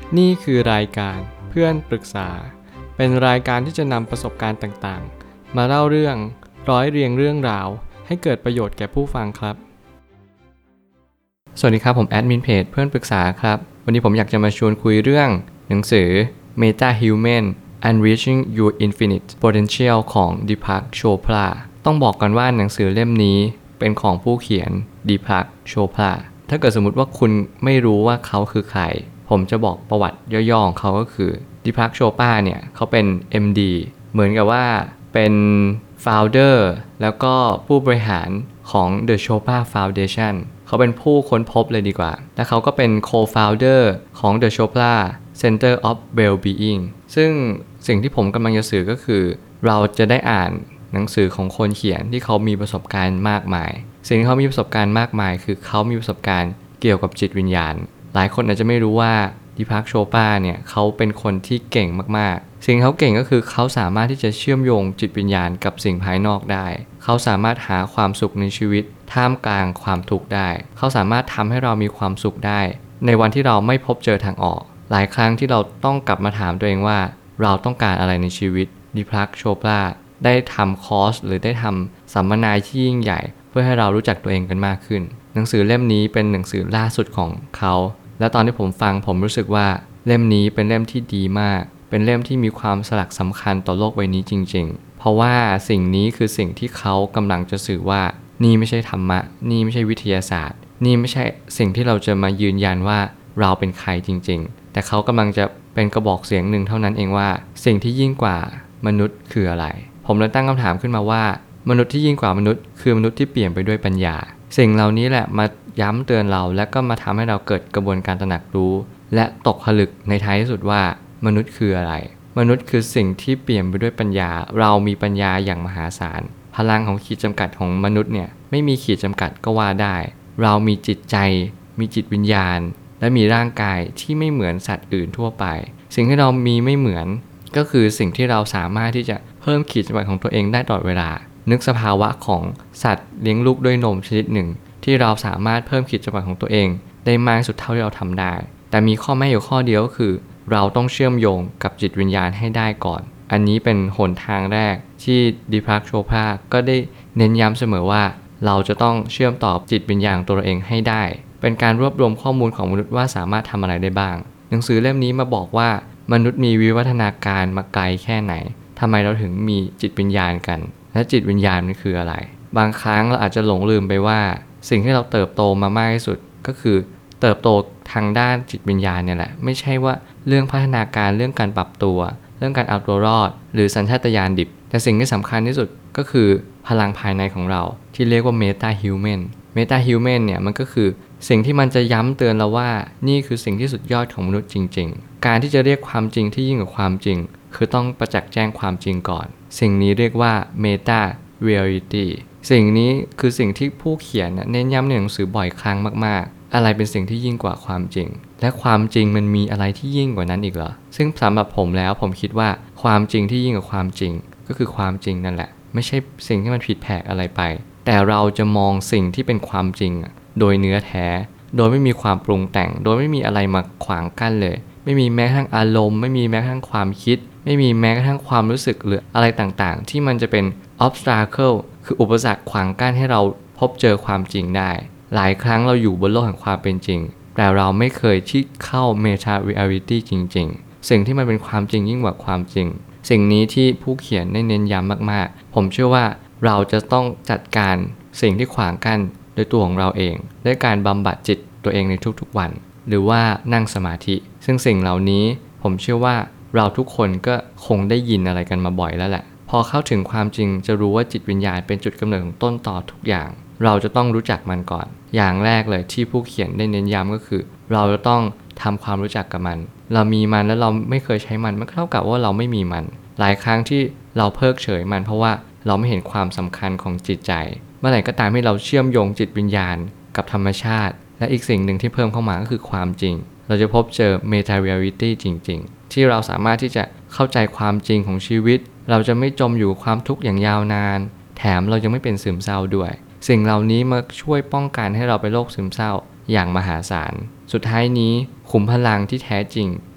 นี่คือรายการเพื่อนปรึกษาเป็นรายการที่จะนำประสบการณ์ต่างๆมาเล่าเรื่องร้อยเรียงเรื่องราวให้เกิดประโยชน์แก่ผู้ฟังครับสวัสดีครับผมแอดมินเพจเพื่อนปรึกษาครับวันนี้ผมอยากจะมาชวนคุยเรื่องหนังสือ Meta Human Unleashing Your Infinite Potential ของ Deepak Chopra ต้องบอกกันว่าหนังสือเล่มนี้เป็นของผู้เขียน Deepak Chopra ถ้าเกิดสมมุติว่าคุณไม่รู้ว่าเขาคือใครผมจะบอกประวัติย่อๆของเขาก็คือดิพักโชปาเนี่ยเขาเป็น MD เหมือนกับว่าเป็น Founder แล้วก็ผู้บริหารของ The Chopra Foundation เขาเป็นผู้ค้นพบเลยดีกว่าและเขาก็เป็น Co-founder ของ The Chopra Center of Well-being ซึ่งสิ่งที่ผมกำลังจะสื่อก็คือเราจะได้อ่านหนังสือของคนเขียนที่เขามีประสบการณ์มากมายสิ่งที่เขามีประสบการณ์มากมายคือเขามีประสบการณ์เกี่ยวกับจิตวิญญาณหลายคนอาจจะไม่รู้ว่าดิพักโชปาเนี่ยเขาเป็นคนที่เก่งมากๆสิ่งเขาเก่งก็คือเขาสามารถที่จะเชื่อมโยงจิตวิญญาณกับสิ่งภายนอกได้เขาสามารถหาความสุขในชีวิตท่ามกลางความทุกข์ได้เขาสามารถทำให้เรามีความสุขได้ในวันที่เราไม่พบเจอทางออกหลายครั้งที่เราต้องกลับมาถามตัวเองว่าเราต้องการอะไรในชีวิตดิพักโชปาได้ทำคอร์สหรือได้ทำสัมมนาที่ยิ่งใหญ่เพื่อให้เรารู้จักตัวเองกันมากขึ้นหนังสือเล่มนี้เป็นหนังสือล่าสุดของเขาและตอนที่ผมฟังผมรู้สึกว่าเล่มนี้เป็นเล่มที่ดีมากเป็นเล่มที่มีความสลักสำคัญต่อโลกใบนี้จริงๆเพราะว่าสิ่งนี้คือสิ่งที่เขากำลังจะสื่อว่านี่ไม่ใช่ธรรมะนี่ไม่ใช่วิทยาศาสตร์นี่ไม่ใช่สิ่งที่เราจะมายืนยันว่าเราเป็นใครจริงๆแต่เขากำลังจะเป็นกระบอกเสียงหนึ่งเท่านั้นเองว่าสิ่งที่ยิ่งกว่ามนุษย์คืออะไรผมเลยตั้งคำถามขึ้นมาว่ามนุษย์ที่ยิ่งกว่ามนุษย์คือมนุษย์ที่เปลี่ยนไปด้วยปัญญาสิ่งเหล่านี้แหละมาย้ำเตือนเราและก็มาทำให้เราเกิดกระบวนการตระหนักรู้และตกผลึกในท้ายที่สุดว่ามนุษย์คืออะไรมนุษย์คือสิ่งที่เปลี่ยนไปด้วยปัญญาเรามีปัญญาอย่างมหาศาลพลังของขีดจำกัดของมนุษย์เนี่ยไม่มีขีดจำกัดก็ว่าได้เรามีจิตใจมีจิตวิญญาณและมีร่างกายที่ไม่เหมือนสัตว์อื่นทั่วไปสิ่งที่เรามีไม่เหมือนก็คือสิ่งที่เราสามารถที่จะเพิ่มขีดจำกัดของตัวเองได้ตลอดเวลานึกสภาวะของสัตว์เลี้ยงลูกด้วยนมชนิดหนึ่งที่เราสามารถเพิ่มขีดจำกัดของตัวเองได้มากสุดเท่าที่เราทำได้แต่มีข้อแม้อยู่ข้อเดียวก็คือเราต้องเชื่อมโยงกับจิตวิญญาณให้ได้ก่อนอันนี้เป็นหนทางแรกที่ดิพักโชปาก็ได้เน้นย้ำเสมอว่าเราจะต้องเชื่อมต่อจิตวิญญาณตัวเราเองให้ได้เป็นการรวบรวมข้อมูลของมนุษย์ว่าสามารถทำอะไรได้บ้างหนังสือเล่มนี้มาบอกว่ามนุษย์มีวิวัฒนาการมาไกลแค่ไหนทำไมเราถึงมีจิตวิญญาณกันและจิตวิญญาณมันคืออะไรบางครั้งเราอาจจะหลงลืมไปว่าสิ่งที่เราเติบโตมามากที่สุดก็คือเติบโตทางด้านจิตวิญญาณเนี่ยแหละไม่ใช่ว่าเรื่องพัฒนาการเรื่องการปรับตัวเรื่องการเอาตัวรอดหรือสัญชาตญาณดิบแต่สิ่งที่สำคัญที่สุดก็คือพลังภายในของเราที่เรียกว่า Meta Human Meta Human เนี่ยมันก็คือสิ่งที่มันจะย้ำเตือนเราว่านี่คือสิ่งที่สุดยอดของมนุษย์จริงๆการที่จะเรียกความจริงที่ยิ่งกว่าความจริงคือต้องประจักษ์แจ้งความจริงก่อนสิ่งนี้เรียกว่า Meta Reality สิ่งนี้คือสิ่งที่ผู้เขียนเน้นย้ำในหนังสือบ่อยครั้งมากๆอะไรเป็นสิ่งที่ยิ่งกว่าความจริงและความจริงมันมีอะไรที่ยิ่งกว่านั้นอีกเหรอซึ่งสำหรับผมแล้วผมคิดว่าความจริงที่ยิ่งกว่าความจริงก็คือความจริงนั่นแหละไม่ใช่สิ่งที่มันผิดแผกอะไรไปแต่เราจะมองสิ่งที่เป็นความจริงโดยเนื้อแท้โดยไม่มีความปรุงแต่งโดยไม่มีอะไรมาขวางกั้นเลยไม่มีแม้กระทั่งอารมณ์ไม่มีแม้กระทั่งความคิดไม่มีแม้กระทั่งความรู้สึกหรืออะไรต่างๆที่มันจะเป็น obstacle คืออุปสรรคขวางกั้นให้เราพบเจอความจริงได้หลายครั้งเราอยู่บนโลกแห่งความเป็นจริงแต่เราไม่เคยที่เข้า Meta Reality จริงๆสิ่งที่มันเป็นความจริงยิ่งกว่าความจริงสิ่งนี้ที่ผู้เขียนได้เน้นย้ำมากๆผมเชื่อว่าเราจะต้องจัดการสิ่งที่ขวางกั้นโดยตัวของเราเองด้วยการบำบัดจิตตัวเองในทุกๆวันหรือว่านั่งสมาธิซึ่งสิ่งเหล่านี้ผมเชื่อว่าเราทุกคนก็คงได้ยินอะไรกันมาบ่อยแล้วแหละพอเข้าถึงความจริงจะรู้ว่าจิตวิญญาณเป็นจุดกำเนิดของต้นตอทุกอย่างเราจะต้องรู้จักมันก่อนอย่างแรกเลยที่ผู้เขียนได้เน้นย้ำก็คือเราจะต้องทำความรู้จักกับมันเรามีมันแล้วเราไม่เคยใช้มันเท่ากับว่าเราไม่มีมันหลายครั้งที่เราเพิกเฉยมันเพราะว่าเราไม่เห็นความสำคัญของจิตใจเมื่อไหร่ก็ตามที่เราเชื่อมโยงจิตวิญญาณกับธรรมชาติและอีกสิ่งหนึ่งที่เพิ่มเข้ามาก็คือความจริงเราจะพบเจอ Meta Reality จริงๆที่เราสามารถที่จะเข้าใจความจริงของชีวิตเราจะไม่จมอยู่กับความทุกข์อย่างยาวนานแถมเรายังไม่เป็นซึมเศร้าด้วยสิ่งเหล่านี้มาช่วยป้องกันให้เราเป็นโรคซึมเศร้าอย่างมหาศาลสุดท้ายนี้ขุมพลังที่แท้จริง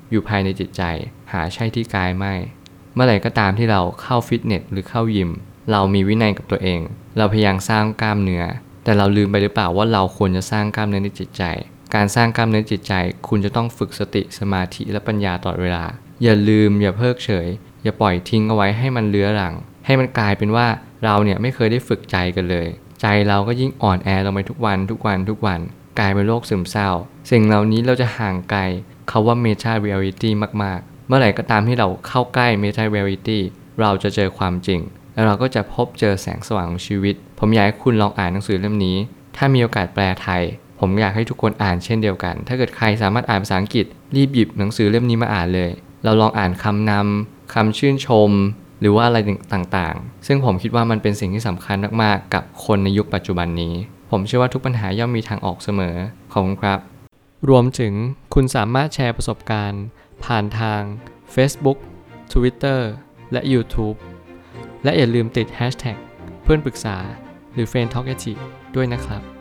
อยู่ภายในจิตใจหาใช่ที่กายไม่เมื่อไหร่ก็ตามที่เราเข้าฟิตเนสหรือเข้ายิมเรามีวินัยกับตัวเองเราพยายามสร้างกล้ามเนื้อแต่เราลืมไปหรือเปล่าว่าเราควรจะสร้างกล้ามเนื้อในจิตใจการสร้างกล้ามเนื้อจิตใจคุณจะต้องฝึกสติสมาธิและปัญญาตลอดเวลาอย่าลืมอย่าเพิกเฉยอย่าปล่อยทิ้งเอาไว้ให้มันเลื้อรังให้มันกลายเป็นว่าเราเนี่ยไม่เคยได้ฝึกใจกันเลยใจเราก็ยิ่งอ่อนแอลงไปทุกวันกลายเป็นโรคซึมเศร้าสิ่งเหล่านี้เราจะห่างไกลคำว่า Meta Reality มากๆเมื่อไหร่ก็ตามที่เราเข้าใกล้ Meta Reality เราจะเจอความจริงแล้วเราก็จะพบเจอแสงสว่างของชีวิตผมอยากให้คุณลองอ่านหนังสือเล่มนี้ถ้ามีโอกาสแปลไทยผมอยากให้ทุกคนอ่านเช่นเดียวกันถ้าเกิดใครสามารถอ่านภาษาอังกฤษรีบหยิบหนังสือเล่มนี้มาอ่านเลยเราลองอ่านคำนำคำชื่นชมหรือว่าอะไรต่างๆซึ่งผมคิดว่ามันเป็นสิ่งที่สำคัญมากๆกับคนในยุคปัจจุบันนี้ผมเชื่อว่าทุกปัญหาย่อมมีทางออกเสมอขอบคุณครับรวมถึงคุณสามารถแชร์ประสบการณ์ผ่านทาง Facebook Twitter และ YouTube และอย่าลืมติด Hashtag เพื่อนปรึกษาหรือ Friend Talk ด้วยนะครับ